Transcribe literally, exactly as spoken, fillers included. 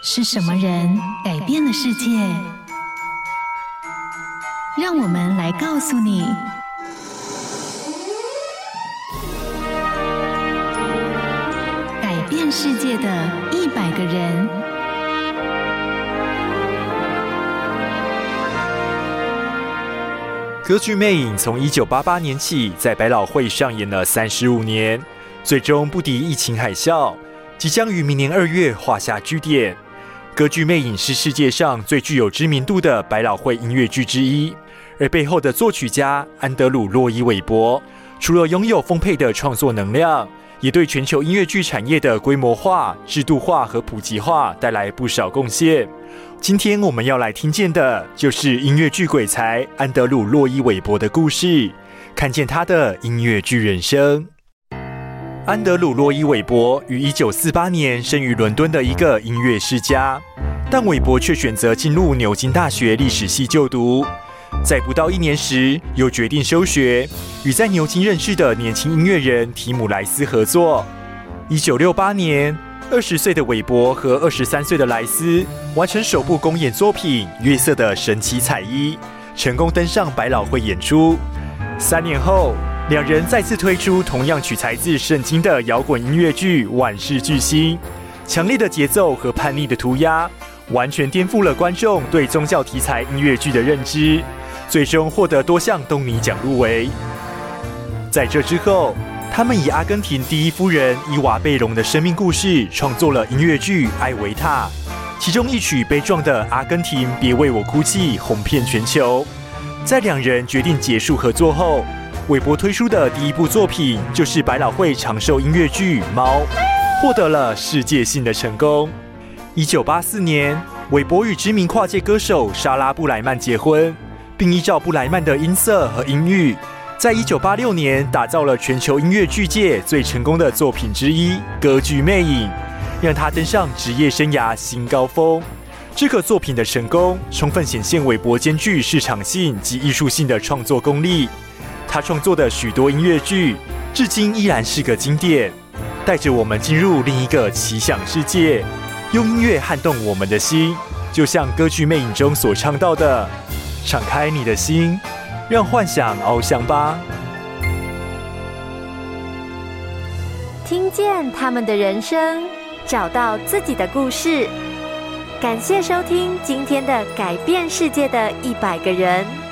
是什么人改变了世界？让我们来告诉你。改变世界的一百个人。 歌剧《魅影》从一九八八年起在百老汇上演了三十五年，最终不敌疫情海啸，即将于明年二月画下句点。歌剧《魅影》是世界上最具有知名度的百老汇音乐剧之一，而背后的作曲家安德鲁·洛伊·韦伯，除了拥有丰沛的创作能量，也对全球音乐剧产业的规模化、制度化和普及化带来不少贡献。今天我们要来听见的就是音乐剧鬼才安德鲁·洛伊·韦伯的故事，看见他的音乐剧人生。安德鲁·洛伊·韦伯于一九四八年生于伦敦的一个音乐世家，但韦伯却选择进入牛津大学历史系就读。在不到一年时，又决定休学，与在牛津认识的年轻音乐人提姆莱斯合作。一九六八年，二十岁的韦伯和二十三岁的莱斯完成首部公演作品《约瑟的神奇彩衣》，成功登上百老汇演出。三年后，两人再次推出同样取材自圣经的摇滚音乐剧《万事巨星》，强烈的节奏和叛逆的涂鸦，完全颠覆了观众对宗教题材音乐剧的认知，最终获得多项东尼奖入围。在这之后，他们以阿根廷第一夫人伊娃贝隆的生命故事创作了音乐剧《艾维塔》，其中一曲悲壮的《阿根廷别为我哭泣》红遍全球。在两人决定结束合作后，韦伯推出的第一部作品就是百老汇长寿音乐剧《猫》，获得了世界性的成功。一九八四年，韦伯与知名跨界歌手莎拉·布莱曼结婚，并依照布莱曼的音色和音域，在一九八六年打造了全球音乐剧界最成功的作品之一《歌剧魅影》，让他登上职业生涯新高峰。这个作品的成功，充分显现韦伯兼具市场性及艺术性的创作功力。他创作的许多音乐剧，至今依然是个经典，带着我们进入另一个奇想世界，用音乐撼动我们的心，就像歌剧《魅影》中所唱到的：“敞开你的心，让幻想翱翔吧。” 听见他们的人生，找到自己的故事。感谢收听今天的改变世界的一百个人。